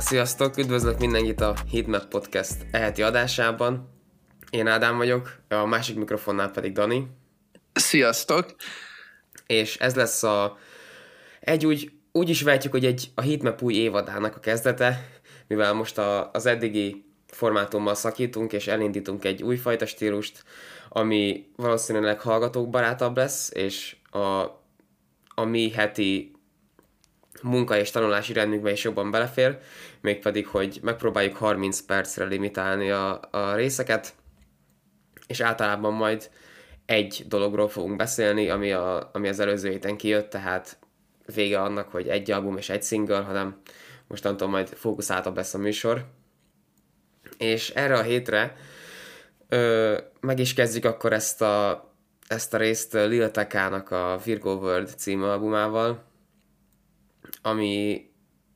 Sziasztok, üdvözlök mindenkit a Heatmap Podcast eheti adásában. Én Ádám vagyok, a másik mikrofonnál pedig Dani. Sziasztok! És ez lesz úgy is vehetjük, hogy a Heatmap új évadának a kezdete, mivel most az eddigi formátummal szakítunk, és elindítunk egy újfajta stílust, ami valószínűleg hallgatókbarátabb lesz, és a mi heti munka és tanulási rendünkbe is jobban belefér, mégpedig, hogy megpróbáljuk 30 percre limitálni a részeket, és általában majd egy dologról fogunk beszélni, ami az előző héten kijött, tehát vége annak, hogy egy album és egy single, hanem mostantól majd fókuszáltabb lesz a műsor. És erre a hétre meg is kezdjük akkor ezt a részt Lil Tecca-nak a Virgo World című albumával, ami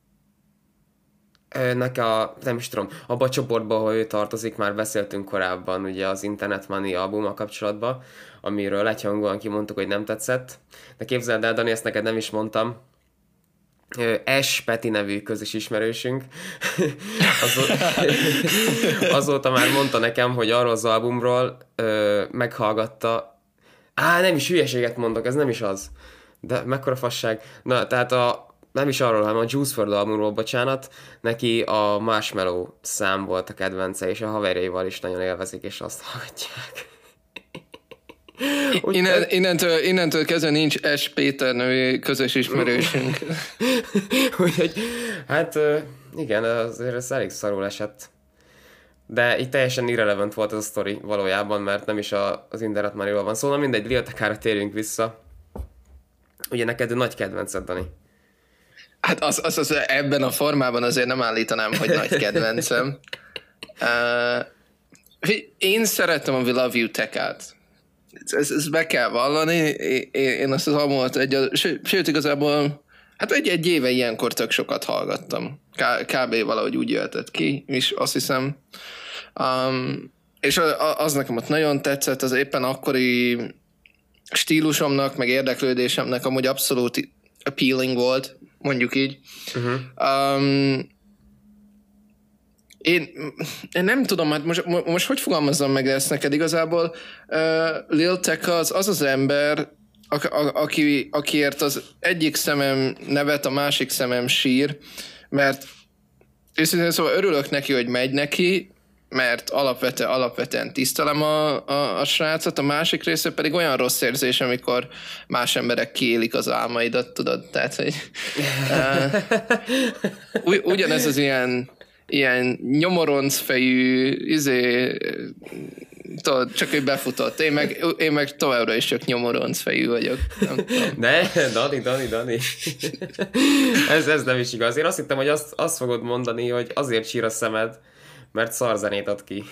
nem is tudom, abba a csoportban, ahol ő tartozik, már beszéltünk korábban ugye az Internet Money albummal kapcsolatban, amiről egyhangúan kimondtuk, hogy nem tetszett. De képzeld el, Dani, ezt neked nem is mondtam. S. Peti nevű közös ismerősünk azóta már mondta nekem, hogy arról az albumról meghallgatta. Nem is hülyeséget mondok, ez nem is az. De mekkora fasság. Na, tehát nem is arról, hanem a Juice WRLD albumról, bocsánat, neki a Marshmello szám volt a kedvence, és a haverjaival is nagyon élvezik, és azt hallgatják. Innentől kezdve nincs S. Péter nevű közös ismerősünk. Úgyhogy, hát igen, azért ez elég szarul esett. De itt teljesen irrelevant volt ez a sztori valójában, mert nem is az Internet Moneyról van szó. Na mindegy, Lil Tecca-ra térjünk vissza. Ugye neked nagy kedvenced, Dani. Hát az ebben a formában azért nem állítanám, hogy nagy kedvencem. Én szerettem a We Love You Tecca-t. Ezt be kell vallani. Én azt az albumot sőt igazából hát egy éve ilyenkor tök sokat hallgattam. Kb. Valahogy úgy jöhetett ki, és azt hiszem. És az nekem ott nagyon tetszett, az éppen akkori stílusomnak, meg érdeklődésemnek amúgy abszolút appealing volt, mondjuk így. Én nem tudom, hát most hogy fogalmazzam meg ezt neked igazából? Lil Tecca az ember, akiért az egyik szemem nevet, a másik szemem sír, mert őszintén szóval örülök neki, hogy megy neki, mert alapvetően tisztelem a srácot, a másik része pedig olyan rossz érzés, amikor más emberek kiélik az álmaidat, tudod, tehát, hogy ugyanez az ilyen nyomoroncfejű tudod, csak ő befutott. Én meg továbbra is csak nyomoroncfejű vagyok. Ne, Dani. ez nem is igaz. Én azt hittem, hogy azt fogod mondani, hogy azért sír a szemed, mert szarzenét ad ki.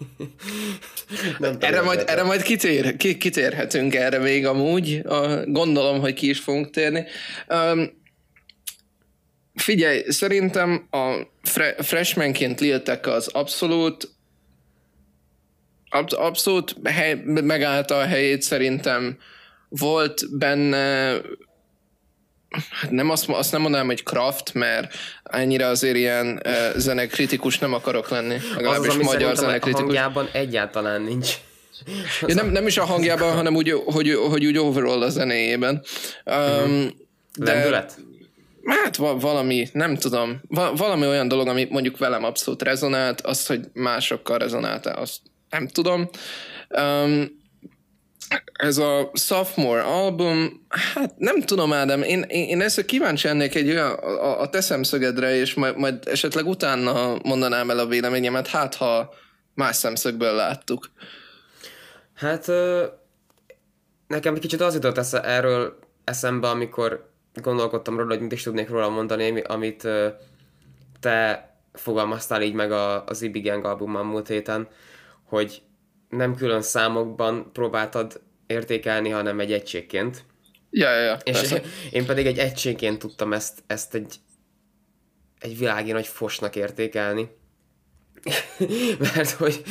Erre majd kitérhetünk erre még amúgy. Gondolom, hogy ki is fogunk térni. Figyelj, szerintem a freshmanként Lil Tecca az abszolút megállta a helyét, szerintem volt benne, azt nem mondanám, hogy craft, mert ennyire azért ilyen zenekritikus nem akarok lenni. Legalábbis magyar zenekritikus. A hangjában egyáltalán nincs. Ja, nem is a hangjában, hanem úgy, hogy úgy overall a zenéjében. Lendület? Hát valami, nem tudom, valami olyan dolog, ami mondjuk velem abszolút rezonált, azt, hogy másokkal rezonált-e, azt nem tudom. Ez a sophomore album, hát nem tudom, Ádám, én ezt kíváncsi lennék egy olyan a te szemszögedre, és majd esetleg utána mondanám el a véleményemet, hát ha más szemszögből láttuk. Hát nekem egy kicsit az jutott erről eszembe, amikor gondolkodtam róla, hogy mit is tudnék róla mondani, amit te fogalmaztál így meg az Ibi Gang albumban múlt héten, hogy nem külön számokban próbáltad értékelni, hanem egy egységként. Ja, és persze. Én pedig egy egységként tudtam ezt egy világi nagy fosnak értékelni. Mert hogy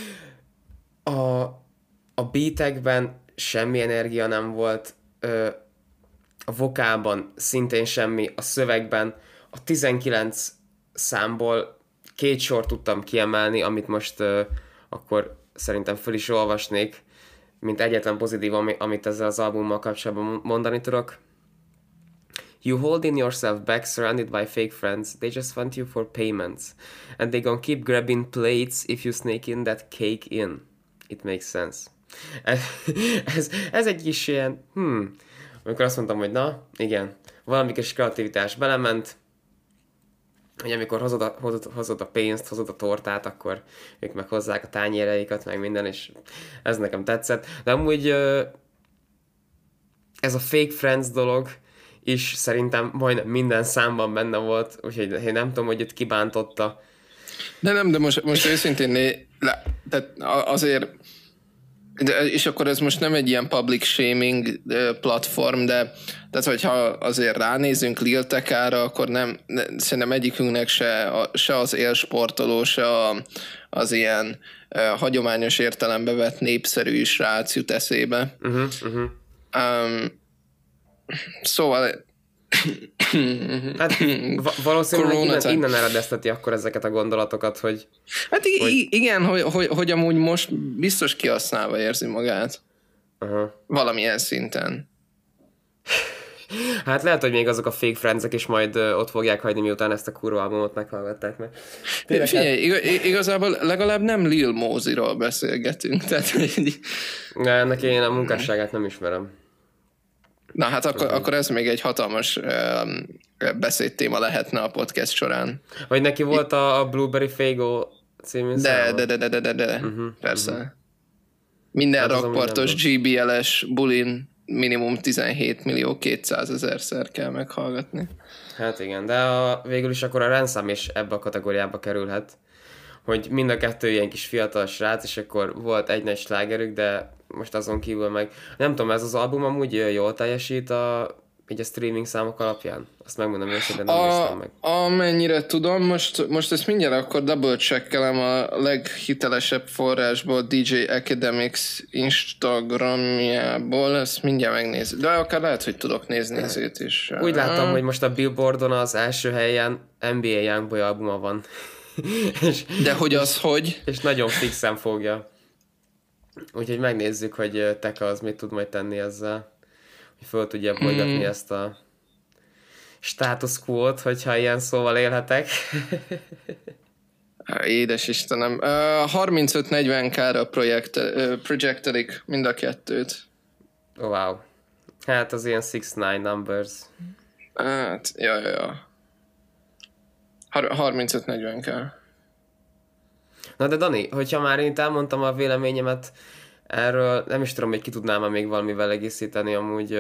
a beatekben semmi energia nem volt, a vokálban szintén semmi, a szövegben a 19 számból 2 sort tudtam kiemelni, amit most akkor szerintem föl is olvasnék, mint egyetlen pozitív, amit ezzel az albummal kapcsolatban mondani tudok. You holding yourself back, surrounded by fake friends. They just want you for payments. And they gonna keep grabbing plates if you snake in that cake in. It makes sense. Ez egy kis ilyen, amikor azt mondtam, hogy na, igen, valami kis kreativitás belement, hogy amikor hozod a pénzt, hozod a tortát, akkor ők meg hozzák a tányéreikat, meg minden, és ez nekem tetszett. De amúgy ez a fake friends dolog is szerintem majdnem minden számban benne volt, úgyhogy én nem tudom, hogy itt kibántotta. De most őszintén, tehát azért, és akkor ez most nem egy ilyen public shaming platform, de tehát hogyha azért ránézünk Lil Tecca-ra, akkor szerintem egyikünknek se az élsportoló, se az ilyen hagyományos értelembe vett népszerű srác jut eszébe. Szóval hát valószínűleg innen eredezteti akkor ezeket a gondolatokat, hogy... Hát igen, hogy amúgy most biztos kihasználva érzi magát. Valamilyen szinten. Hát lehet, hogy még azok a fake friendsek is majd ott fogják hagyni, miután ezt a kurva albumot meghallgatták meg. Figyelj, igazából legalább nem Lil Mosey-ról beszélgetünk. Tehát... Ennek én a munkásságát nem ismerem. Na hát akkor ez még egy hatalmas beszédtéma lehetne a podcast során. Vagy neki volt a Blueberry Faygo című száma? De. Persze. Minden hát rakpartos GBL-es bulin minimum 17.200.000-szer kell meghallgatni. Hát igen, de végül is akkor a Ransom is ebbe a kategóriába kerülhet. Hogy mind a kettő ilyen kis fiatal srác, és akkor volt egy nagy slágerük, de most azon kívül meg... Nem tudom, ez az album amúgy jól teljesít így a streaming számok alapján? Azt megmondom őszintén, nem néztem meg. Amennyire tudom, most ezt mindjárt akkor double-checkelem a leghitelesebb forrásból, DJ Academics Instagramjából, ezt mindjárt megnézem. De akár lehet, hogy tudok nézni ezért is. Úgy láttam, hogy most a Billboardon az első helyen NBA Youngboy albuma van. De hogy az hogy? És nagyon fixen fogja. Úgyhogy megnézzük, hogy Tecca az mit tud majd tenni ezzel. Hogy föl tudja bolygatni ezt a status quo-t, hogyha ilyen szóval élhetek. Édes Istenem. 35-40k-ra projectelik mind a kettőt. Oh, wow. Hát az ilyen 6-9 numbers. Hát, ja. 35-40k. Na de Dani, hogyha már én elmondtam a véleményemet erről, nem is tudom, hogy ki tudnám még valamivel egészíteni, amúgy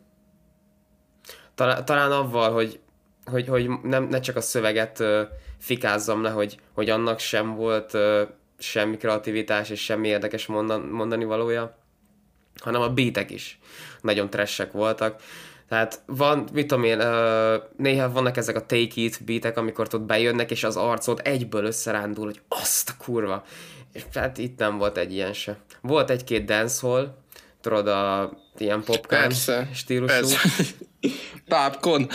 talán avval, hogy ne csak a szöveget fikázzam le, hogy annak sem volt semmi kreativitás és semmi érdekes mondani valója, hanem a beatek is nagyon trashek voltak. Tehát van, mit tudom én, néha vannak ezek a take it beatek, amikor ott bejönnek, és az arcod egyből összerándul, hogy azt a kurva. És hát itt nem volt egy ilyen se. Volt egy-két dancehall, tudod, ilyen popcorn stílusú. Persze. Popcorn.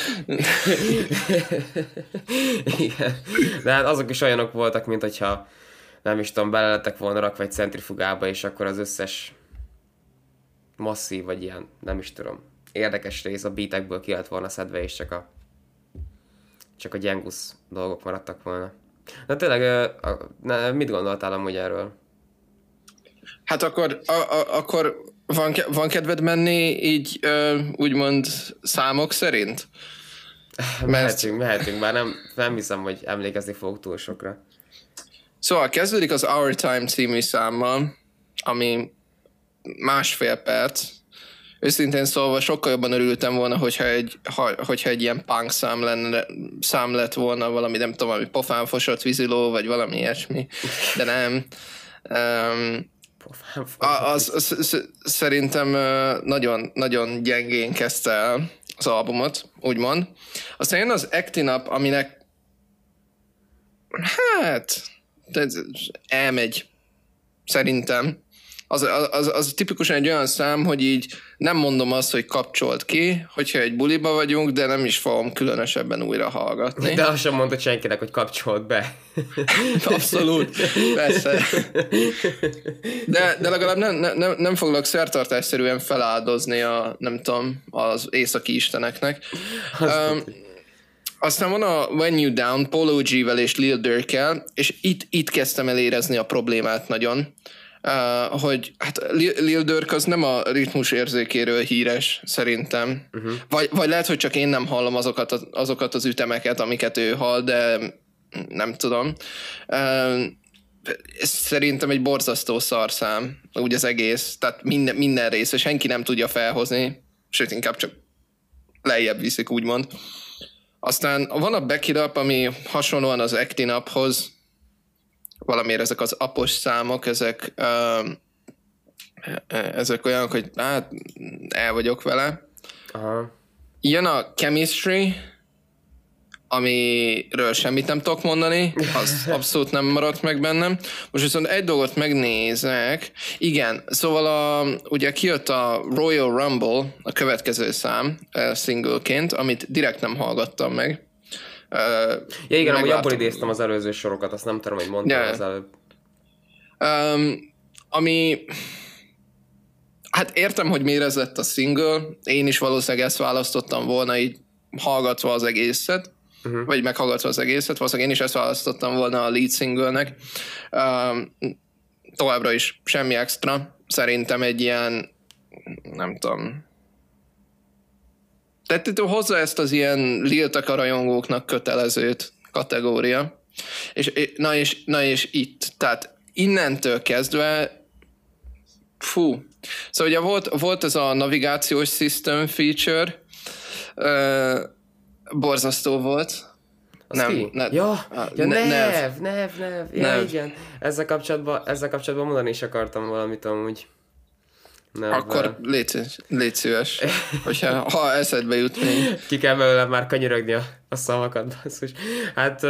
Igen. De hát azok is olyanok voltak, mint hogyha nem is tudom, bele lettek volna rakva egy centrifugába, és akkor az összes masszív, vagy ilyen, nem is tudom, érdekes rész a beatekből ki lett volna szedve, és csak a gyengusz dolgok maradtak volna. Na tényleg, mit gondoltál amúgy erről? Hát akkor van kedved menni így úgymond számok szerint? Mehetünk, bár nem hiszem, hogy emlékezni fogok túl sokra. Szóval kezdődik az Our Time című számmal, ami 1,5 perc. Őszintén szólva sokkal jobban örültem volna, hogyha egy ilyen punk szám lett volna, valami nem tudom, valami pofánfosott víziló, vagy valami ilyesmi, de nem. Szerintem nagyon, nagyon gyengén kezdte el az albumot, úgymond. Aztán jön az Acting Up, aminek hát elmegy, szerintem. az tipikusan egy olyan szám, hogy így nem mondom azt, hogy kapcsolt ki, hogyha egy buliba vagyunk, de nem is fogom különösebben újra hallgatni. De azt sem mondod senkinek, hogy kapcsolt be. Abszolút, persze. De legalább nem foglak szertartásszerűen feláldozni nem tudom, az északi isteneknek. Aztán van a When You Down, Polo G-vel és Lil Durk-kel, és itt kezdtem el érezni a problémát nagyon, hogy hát Lil Durk az nem a ritmus érzékéről híres, szerintem. Vagy lehet, hogy csak én nem hallom azokat az ütemeket, amiket ő hall, de nem tudom. Ez szerintem egy borzasztó szarszám, úgy az egész, tehát minden része, senki nem tudja felhozni, sőt, inkább csak lejjebb viszik, úgymond. Aztán van a Back It Up, ami hasonlóan az Acting Uphoz, valamiért ezek az apos számok, ezek olyanok, hogy hát el vagyok vele. Aha. Jön a Chemistry, amiről semmit nem tudok mondani, az abszolút nem maradt meg bennem. Most viszont egy dolgot megnézek. Igen, szóval ugye kijött a Royal Rumble, a következő szám singleként, amit direkt nem hallgattam meg. Ja igen, amúgy abból idéztem az előző sorokat, azt nem tudom, hogy mondtam az előbb. Ami... Hát értem, hogy miért ez lett a single. Én is valószínűleg ezt választottam volna így hallgatva az egészet. Vagy meghallgatva az egészet. Valószínűleg én is ezt választottam volna a lead single-nek. Továbbra is semmi extra. Szerintem egy ilyen, nem tudom. Tehát hozzá ezt az ilyen Lil Tecca rajongóknak kötelezőt kategória. És itt. Tehát innentől kezdve Szóval ugye volt ez a navigációs system feature, borzasztó volt. Nev. Ja, igen. Ezzel kapcsolatban mondani is akartam valamit amúgy. Akkor légy szíves, ha eszedbe jut még. Ki kell belőle már könyörögni a szavakat, basszus. Hát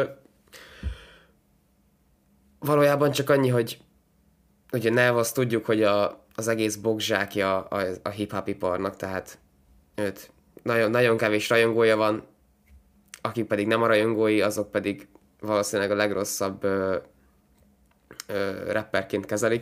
valójában csak annyi, hogy ugye Nev, azt tudjuk, hogy az egész bokzsákja a hip-hop iparnak, tehát őt nagyon kevés rajongója van, akik pedig nem a rajongói, azok pedig valószínűleg a legrosszabb rapperként kezelik.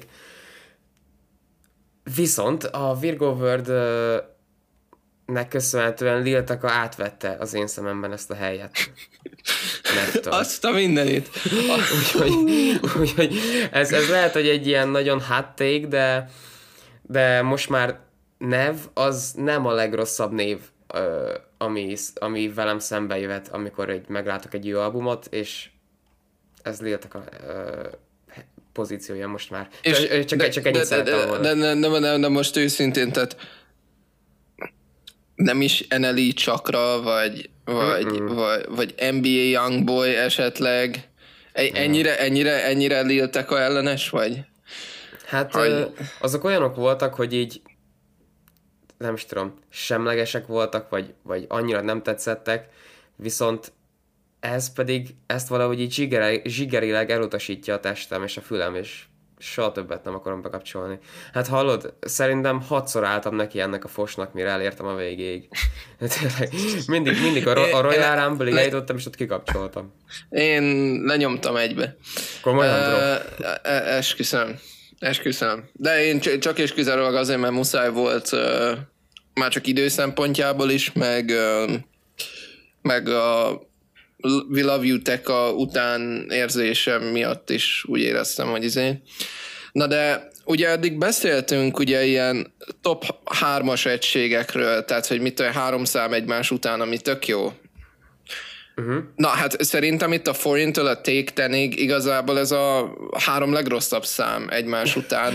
Viszont a Virgo World-nek köszönhetően Lil Tecca átvette az én szememben ezt a helyet. Azt a mindenit. Úgyhogy ez lehet, hogy egy ilyen nagyon hot take, de most már Nev az nem a legrosszabb név, ami velem szembe jöhet, amikor meglátok egy jó albumot, és ez Lil Tecca pozíciója most már. Csak ennyit szerettem volna. De most őszintén, tehát nem is NLE Chakra, vagy NBA Youngboy esetleg. Ennyire Lil Tecca ellenes vagy? Hát azok olyanok voltak, hogy így nem is tudom, semlegesek voltak, vagy annyira nem tetszettek, viszont ezt valahogy így zsigerileg elutasítja a testem és a fülem, és soha többet nem akarom bekapcsolni. Hát hallod, szerintem 6-szor álltam neki ennek a fosnak, mire elértem a végéig. mindig a Royal Rumble-ig eljutottam, és ott kikapcsoltam. Én lenyomtam egybe. Komolyan Esküszöm. De én csak és kizárólag azért, mert muszáj volt már csak idő szempontjából is, meg a We Love You Tecca után érzésem miatt is úgy éreztem, hogy Na de ugye eddig beszéltünk ugye ilyen top 3-as egységekről, tehát hogy mitől 3 szám egymás után, ami tök jó. Na hát szerintem itt a Foreign-től a Take 10-ig igazából ez a 3 legrosszabb szám egymás után.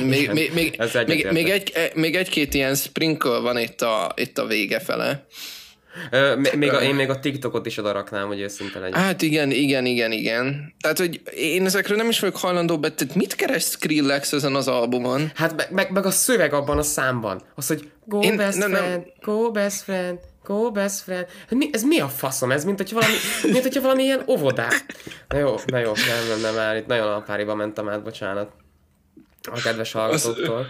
Még egy-két ilyen sprinkle van itt a vége fele. Én még a TikTokot is oda raknám, hogy őszinte legyen. Hát igen. Tehát, hogy én ezekről nem is vagyok hajlandó, tehát mit keres Skrillex ezen az albumon? Hát meg a szöveg abban a számban. Az, hogy go best friend. Ez mi a faszom? Ez mint hogyha valami ilyen óvodás. Na jó, nem áll, itt nagyon alpáriba mentem át, bocsánat. a kedves hallgatóktól.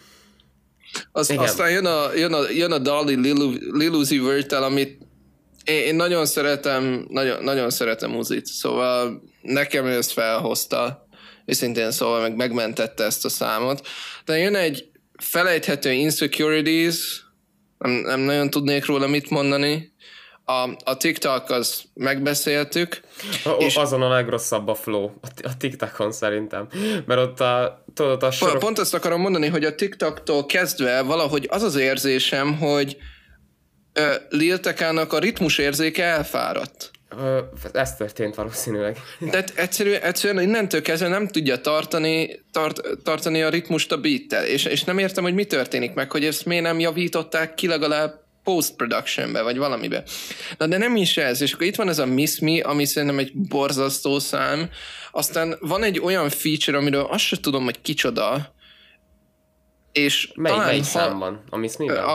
Aztán jön a Dali Liluzi Virtel, amit én nagyon szeretem, nagyon szeretem Uzit, szóval nekem ezt felhozta, őszintén szóval megmentette ezt a számot. De jön egy felejthető Insecurities, nem nagyon tudnék róla mit mondani. A TikTok az megbeszéltük. Azon a legrosszabb a flow, a TikTokon szerintem. Mert ott a sorok... Pont azt akarom mondani, hogy a TikToktól kezdve valahogy az az érzésem, hogy Lil Tecca-nak a ritmusérzéke elfáradt. Ez történt valószínűleg. Tehát egyszerűen innentől kezdve nem tudja tartani a ritmust a beattel, és nem értem, hogy mi történik meg, hogy ezt miért nem javították ki legalább post-productionbe, vagy valamibe. Na de nem is ez, és akkor itt van ez a Miss Me, ami szerintem egy borzasztó szám, aztán van egy olyan feature, amiről azt sem tudom, hogy kicsoda, és melyik szám van? A Miss Me-ben?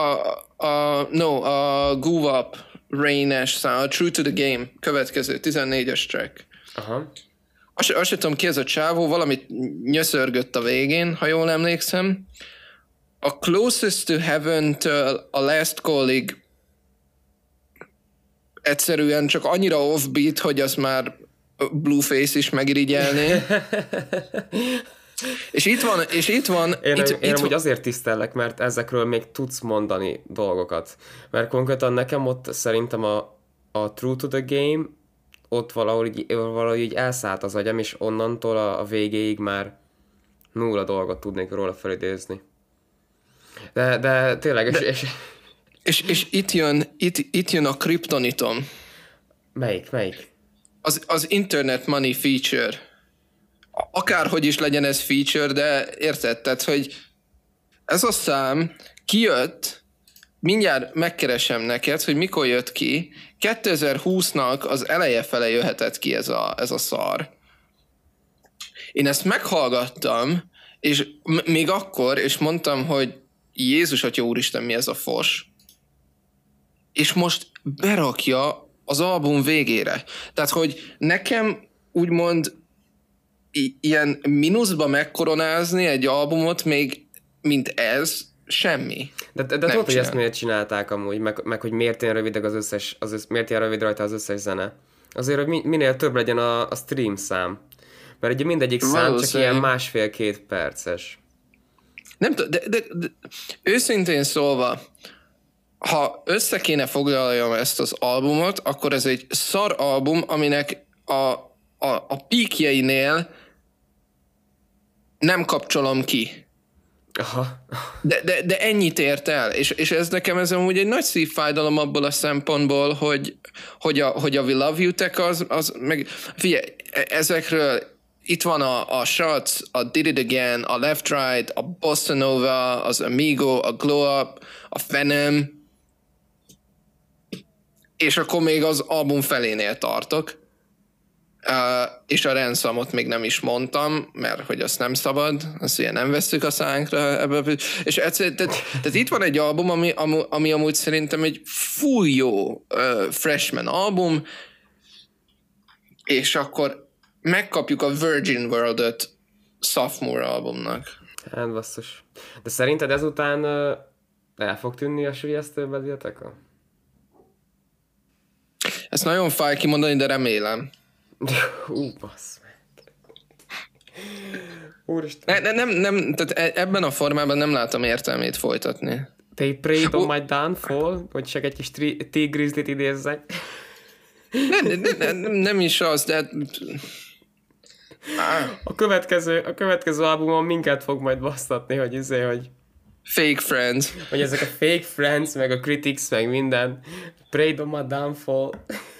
A Groove Up Rain-es szám, a True to the Game következő, 14-es track. Aha. Azt sem tudom ki ez a csávó, valamit nyöszörgött a végén, ha jól emlékszem. A Closest to Heaven-től a Last Call-ig egyszerűen csak annyira offbeat, hogy az már Blueface is megirigyelné. És itt van... Én amúgy azért tisztellek, mert ezekről még tudsz mondani dolgokat. Mert konkrétan nekem ott szerintem a True to the Game ott valahogy így elszállt az agyam, és onnantól a végéig már nulla dolgot tudnék róla felidézni. De tényleg... És itt jön a Kryptonitom. Melyik? Az Internet Money feature. Akárhogy is legyen ez feature, de érted? Tehát, hogy ez a szám kijött, mindjárt megkeresem neked, hogy mikor jött ki. 2020-nak az eleje fele jöhetett ki ez a szar. Én ezt meghallgattam, és még akkor, és mondtam, hogy Jézus Atya Úristen, mi ez a fos? És most berakja az album végére. Tehát, hogy nekem úgymond ilyen mínuszba megkoronázni egy albumot még, mint ez, semmi. De tudod, hogy ezt miért csinálták amúgy, meg hogy miért ilyen rövidek miért ilyen rövid rajta az összes zene? Azért, hogy minél több legyen a stream szám. Mert ugye mindegyik szám csak ilyen 1,5-2 perces. Nem tudom, de őszintén szólva, ha össze kéne foglaljam ezt az albumot, akkor ez egy szar album, aminek a píkjeinél nem kapcsolom ki. Aha. De ennyit ért el, és ez nekem ez amúgy egy nagy szívfájdalom abból a szempontból, hogy a We Love You Tech az meg figyelj, ezekről itt van a Shots, a Did It Again, a Left Right, a Bossa Nova, az Amigo, a Glow Up, a Venom, és akkor még az album felénél tartok. És a Ransomot még nem is mondtam, mert hogy azt nem szabad, azt ugye nem vesszük a szánkra ebből. És tehát itt van egy album, ami amúgy szerintem egy full jó freshman album, és akkor megkapjuk a Virgin World-öt sophomore albumnak. Hát basszus. De szerinted ezután el fog tűnni a sülyeztőbe Lil Tecca? Ezt nagyon fáj kimondani, de remélem. Bassz meg. Úristen. Nem, tehát ebben a formában nem látom értelmét folytatni. They preyed on my downfall, hogy csak egy kis T-Grizzlyt idézzek. Nem is az, de... A következő albumon minket fog majd basztatni, hogy Fake Friends. Hogy ezek a Fake Friends, meg a Critics, meg minden. Preyed on my downfall.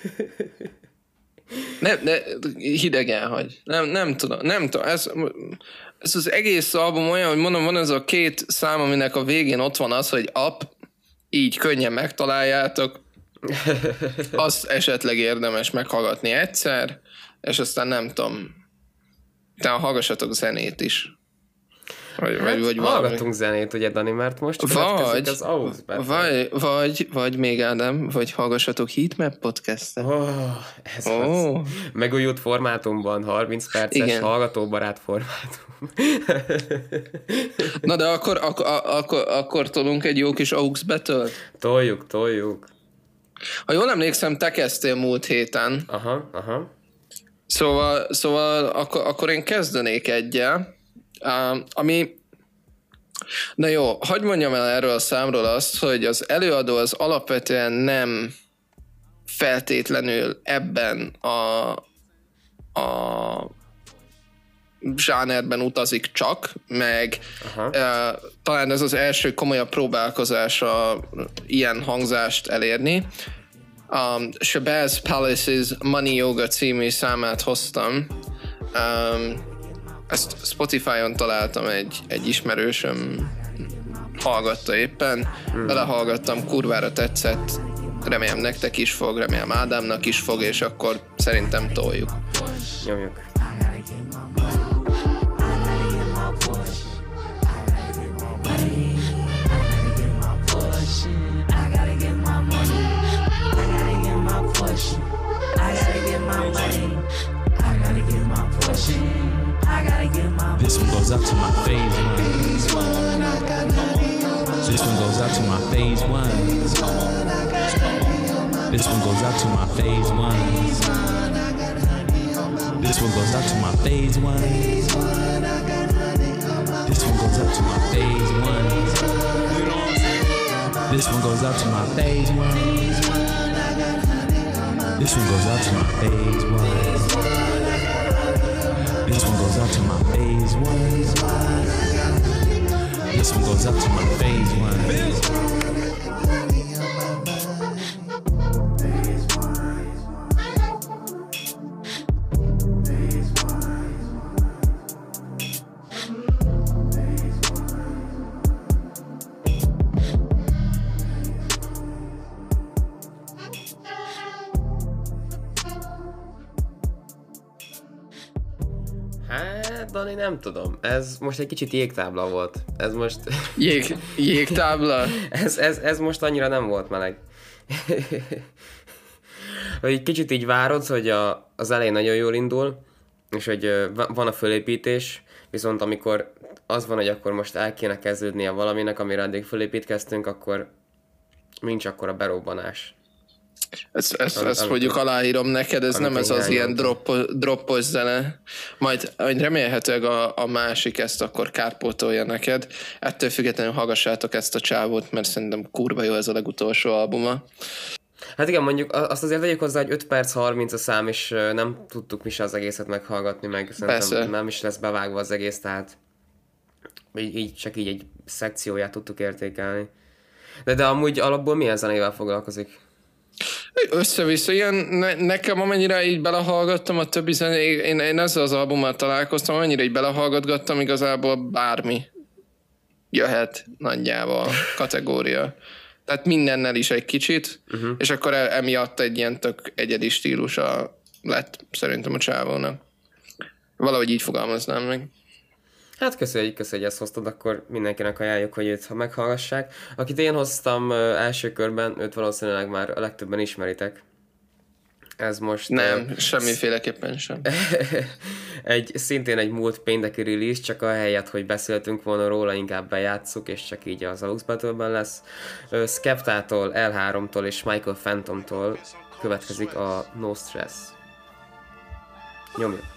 De hidegen hagy. Nem tudom. Ez az egész album olyan, hogy mondom, van ez a két szám, aminek a végén ott van az, hogy up, így könnyen megtaláljátok. Azt esetleg érdemes meghallgatni egyszer, és aztán nem tudom, utána hallgassatok zenét is. Vagy hallgatunk zenét, ugye, Dani, mert most következik az AUX Battle. Vagy még Ádám, vagy hallgassatok Heatmap podcastet. Ez az. Megújult formátumban, 30 perces, igen. Hallgatóbarát formátum. Na de akkor tolunk egy jó kis AUX Battle-t? Toljuk. Ha jól emlékszem, te kezdtél múlt héten. Aha. Szóval akkor én kezdenék egyel, ami... Na jó, hadd mondjam el erről a számról azt, hogy az előadó az alapvetően nem feltétlenül ebben a zsánerben utazik csak, meg talán ez az első komolyabb próbálkozása ilyen hangzást elérni. Shabazz Palace's Money Yoga című számát hoztam. Ezt Spotify-on találtam, egy ismerősöm hallgatta éppen. Belehallgattam, kurvára tetszett. Remélem nektek is fog, remélem Ádámnak is fog, és akkor szerintem toljuk. Nyomjuk. This one goes out to my phase one. This one goes out to my phase one. This one goes out to my phase one. This one goes out to my phase one. This one goes out to my phase one. This one goes out to my phase one. This one goes out to my phase one. This one goes out to my phase one. This one goes out to my phase one. Dani, nem tudom. Ez most egy kicsit jégtábla volt. Ez most... Jégtábla? ez most annyira nem volt meleg. Hogy egy kicsit így várod, hogy az elején nagyon jól indul, és hogy van a fölépítés, viszont amikor az van, hogy akkor most el kéne kezdődnie valaminek, amire addig fölépítkeztünk, akkor nincs akkor a berobbanás. Ezt mondjuk aláírom neked, ez nem ez az ilyen droppos zene. Majd remélhetőleg a másik ezt akkor kárpótolja neked. Ettől függetlenül hallgassátok ezt a csávót, mert szerintem kurva jó ez a legutolsó albuma. Hát igen, mondjuk azt azért vegyük hozzá, hogy 5 perc 30 a szám, és nem tudtuk mi se az egészet meghallgatni, meg szerintem nem is lesz bevágva az egész, tehát csak így egy szekcióját tudtuk értékelni. De amúgy alapból milyen zenével foglalkozik? Össze-vissza, ilyen nekem amennyire így belehallgattam a többi zenét, én ezzel az albummal találkoztam, amennyire így belehallgatgattam, igazából bármi jöhet nagyjából kategória. Tehát mindennel is egy kicsit, és akkor emiatt egy ilyen tök egyedi stílusa lett szerintem a csávónak. Valahogy így fogalmaznám meg. Hát köszönjük, hogy ezt hoztad, akkor mindenkinek ajánljuk, hogy őt meghallgassák. Akit én hoztam első körben, őt valószínűleg már a legtöbben ismeritek. Ez most... Nem, semmiféleképpen sem. Szintén egy múlt pénteki release, csak ahelyett, hogy beszéltünk volna róla, inkább bejátsszuk, és csak így az AUX Battle-ben lesz. Skeptától, L3-tól és Michael Phantomtól következik a No Stress. Nyomjuk!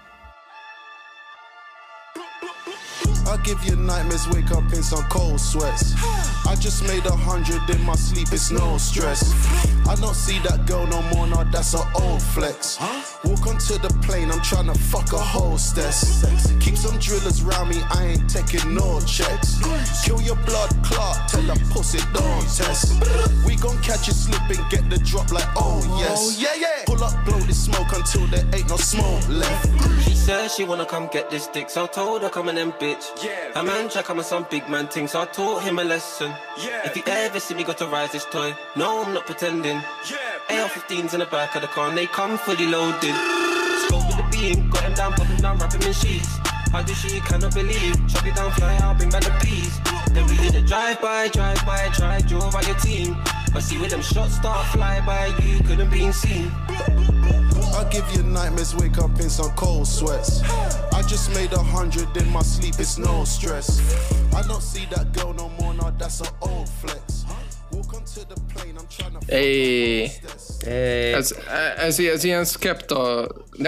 I give you nightmares, wake up in some cold sweats. I just made 100 in my sleep, it's no stress. I don't see that girl no more, now that's an old flex. Walk onto the plane, I'm tryna fuck a hostess. Keep some drillers round me, I ain't taking no checks. Kill your blood clot, tell the pussy don't test. We gon' catch you slipping, get the drop like oh yes. Pull up, blow the smoke until there ain't no smoke left. She says she wanna come get this dick, so I told her come and then bitch. A man try come with some big man thing, so I taught him a lesson. If you ever see me got to rise this toy, no I'm not pretending. AR-15s in the back of the car and they come fully loaded. Scope with the beam, got him down, put him down, wrap him in sheets. How do she cannot believe? Chop it down, fly, I'll bring back the peace. Then we did a drive-by, drove out your team. But see where them shots start fly by, you couldn't be seen. I'll give you nightmares, wake up in some cold sweats. I just made 100 in my sleep, it's no stress. I don't see that girl no more, now that's an old flex. Walk onto the plane, I'm trying to... Hey. Hey. Ez ilyen skepta, de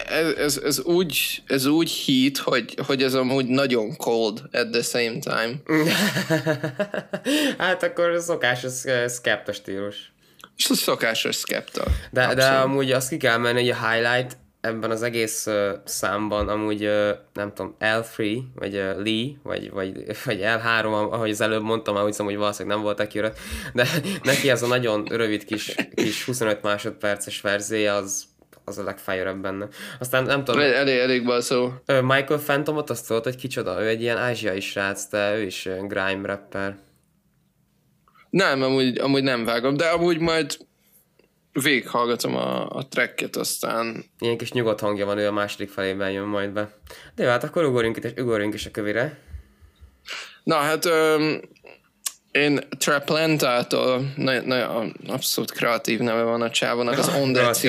ez úgy hit, hogy ez amúgy nagyon cold at the same time. Hát akkor szokásos skepta stílus. És a szokásos skepta. De amúgy azt ki kell menni, hogy a highlight ebben az egész számban amúgy nem tudom, L3, vagy Lee, vagy L3, ahogy az előbb mondtam, már úgy hiszem, hogy valószínűleg nem volt accurate, de neki ez a nagyon rövid kis 25 másodperces verziója az a legfájorabb benne. Aztán nem tudom... Elég balszó. Michael Phantomot azt tudod, hogy kicsoda? Ő egy ilyen ázsiai srác, de ő is grime rapper. Nem, amúgy nem vágom, de amúgy majd végighallgatom a tracket, aztán... Ilyen kis nyugodt hangja van, ő a második felében jön majd be. De jó, hát akkor ugorjunk is a kövére. Na, hát én Traplantától, abszolút kreatív neve van a csávónak, az On That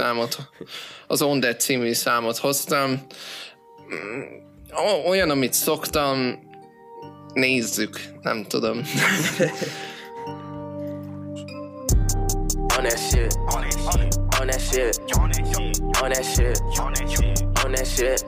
című számot hoztam. Olyan, amit szoktam, nézzük, nem tudom. On that shit, on that shit, on that shit, on that shit, on that shit, on that shit,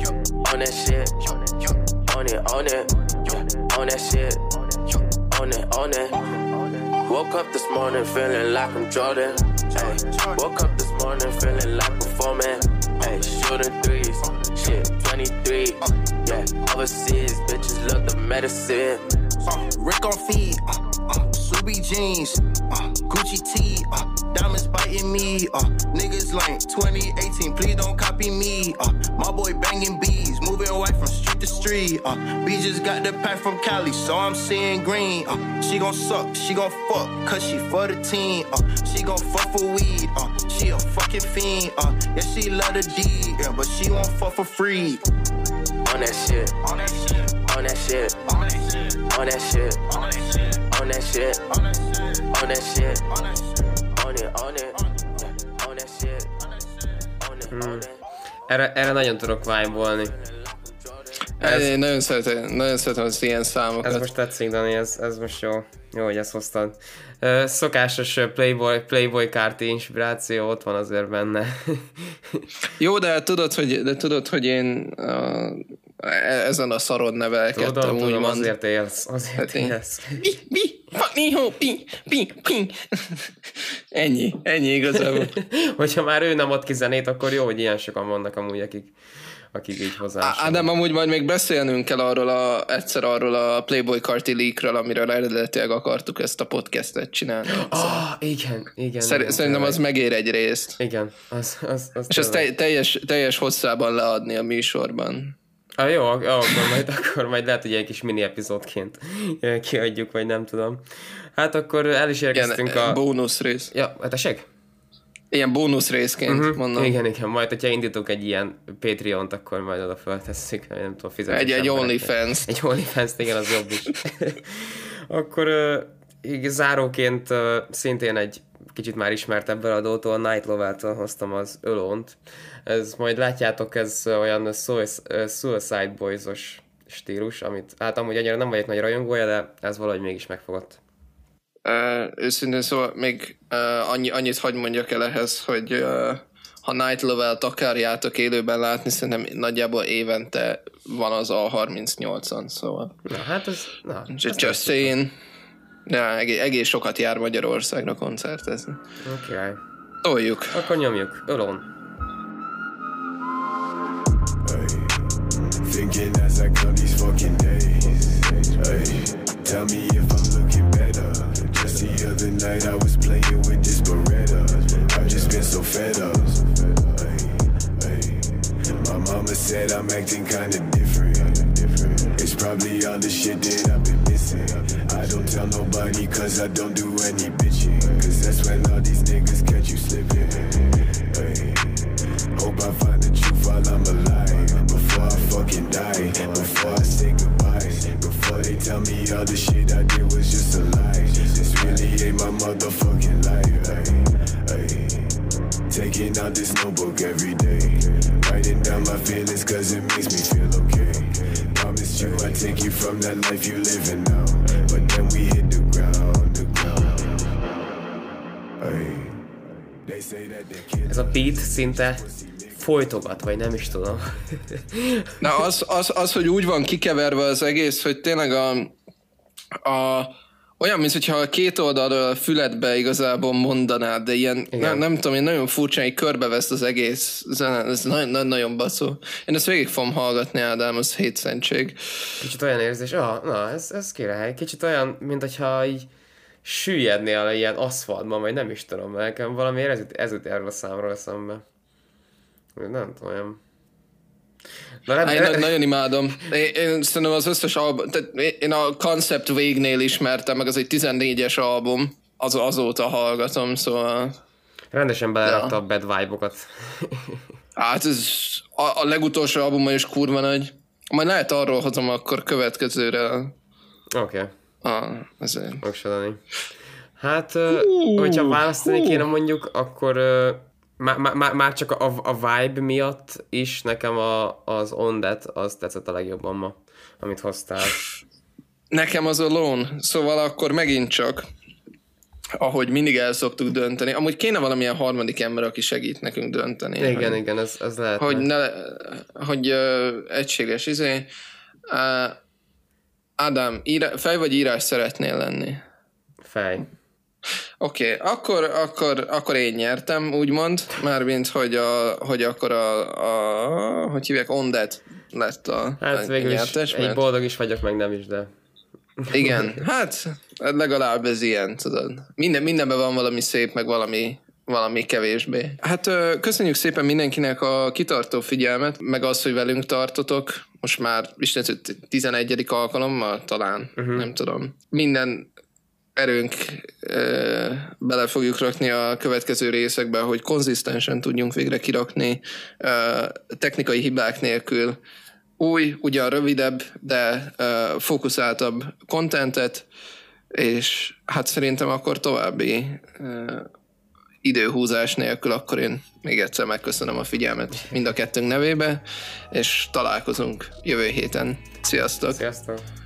on it, on that shit, on it. Woke up this morning feeling like I'm Jordan. Ay, woke up this morning feeling like performing. Ay, shooting threes, shit, 23. Yeah, overseas bitches love the medicine. Rick on feet, Subi jeans, Gucci tee, diamonds biting me, niggas like 2018, please don't copy me, my boy banging bees, moving white from street to street, B just got the pack from Cali, so I'm seeing green, she gon' suck, she gon' fuck, cause she for the team, she gon' fuck for weed, she a fucking fiend, yeah she love the D, yeah, but she won't fuck for free. On that shit, on that shit, on that shit, on that shit, on that shit, on that shit, on that shit, on that shit, on that shit, on it, on it, on that shit, on it. Erre nagyon tudok vibe-olni. Én nagyon szeretem az ilyen számokat. Ez most tetszik, Dani, ez most jó. Jó, hogy ezt hoztad. Szokásos Playboy kárti inspiráció ott van azért benne. Jó, de tudod, hogy én ezen a szaron nevelkedtem, tudom, úgymond. Azért élsz. Ennyi igazából. Hogyha már ő nem ad ki zenét, akkor jó, hogy ilyen sokan vannak amúgy, akik így hozzá. Ádám, amúgy majd még beszélnünk kell egyszer arról a Playboy Carti leakről, amiről eredetileg akartuk ezt a podcastet csinálni. Igen. Szerintem az megér egy részt. Igen, az és ezt teljes hosszában leadni a műsorban. Jó, akkor majd lehet, hogy egy kis mini epizódként kiadjuk, vagy nem tudom. Hát akkor el is érkeztünk a... bónusz rész. Ja, tessék? Ilyen bónusz részként, mondom. Igen, majd, hogyha indítunk egy ilyen Patreon-t, akkor majd oda feltesszük, nem tudom, fizetni. Egy OnlyFans. Egy OnlyFans, igen, az jobb is. Akkor záróként szintén egy kicsit már ismertebb eladótól, a Night Lovell-től hoztam az Alone-t. Ez majd látjátok, ez olyan Suicide Boys-os stílus, amit hát amúgy annyira nem vagyok nagy rajongója, de ez valahogy mégis megfogott. Őszintén szóval még annyit hagy mondjak el ehhez, hogy ha Night Lovell-t akarjátok élőben látni, szerintem nagyjából évente van az A38-on, szóval. Na, hát ez... Just saying. Ja, egész sokat jár Magyarországra koncertezni. Oké. Toljuk. Akkor nyomjuk. Alone. Thinking as I count these fucking days. Hey, tell me if I'm looking better. Just the other night I was playing with this Beretta. I've just been so fed up. Hey, my mama said I'm acting kinda different. It's probably all the shit that I've been missing. I don't tell nobody cause I don't do any bitching. Cause that's when all these niggas catch you slipping. Hey, hope I find the truth while I'm alive before I fucking die. taking out this notebook every day. Writing down my feelings cause it makes me feel okay. Promised you I'd take you from that life you living now. But then we hit the ground. Hey, they say that they can't. Ez a beat szinte folytogat, vagy nem is tudom. Na az, hogy úgy van kikeverve az egész, hogy tényleg olyan, mintha a két oldalról a füledbe igazából mondanád, de ilyen, nem tudom, én nagyon furcsán, hogy körbevesz az egész zene, ez nagyon baszó. Én ezt végig fogom hallgatni, Ádám, az hétszentség. Kicsit olyan érzés, na, ez király. Kicsit olyan, mint hogyha így süllyednél ilyen aszfaltban, vagy nem is tudom, nekem valami ez jut erről a számról eszembe. Nem tudom, olyan. Nagyon imádom. Én szerintem az összes album, tehát én a Concept Végnél ismertem, meg az egy 14-es album, azóta hallgatom, szóval... Rendesen belerakta a bad vibe-okat. Hát ez a legutolsó albumban is kurva nagy. Majd lehet arról hozom akkor következőre. Oké. Ezért. Megsadani. Hát, hogyha választani kéne mondjuk, akkor már csak a vibe miatt is nekem az On That az tetszett a legjobban ma, amit hoztál. Nekem az Alone, szóval akkor megint csak, ahogy mindig el szoktuk dönteni. Amúgy kéne valamilyen harmadik ember, aki segít nekünk dönteni. Igen, ez lehetne. Hogy egységes izé. Ádám, fej vagy írás szeretnél lenni? Fej. Oké, akkor én nyertem, úgymond, mármint, hogy akkor hogy hívják, On That lett a nyertes. Egy boldog is vagyok, meg nem is, de... Igen, hát legalább ez ilyen, tudod. Mindenben van valami szép, meg valami kevésbé. Hát köszönjük szépen mindenkinek a kitartó figyelmet, meg azt, hogy velünk tartotok. Most már Isten 11. alkalommal talán, nem tudom. Minden erőnk bele fogjuk rakni a következő részekbe, hogy konzisztensen tudjunk végre kirakni technikai hibák nélkül új, ugyan rövidebb, de fókuszáltabb contentet, és hát szerintem akkor további időhúzás nélkül akkor én még egyszer megköszönöm a figyelmet mind a kettőnk nevébe, és találkozunk jövő héten. Sziasztok! Sziasztok!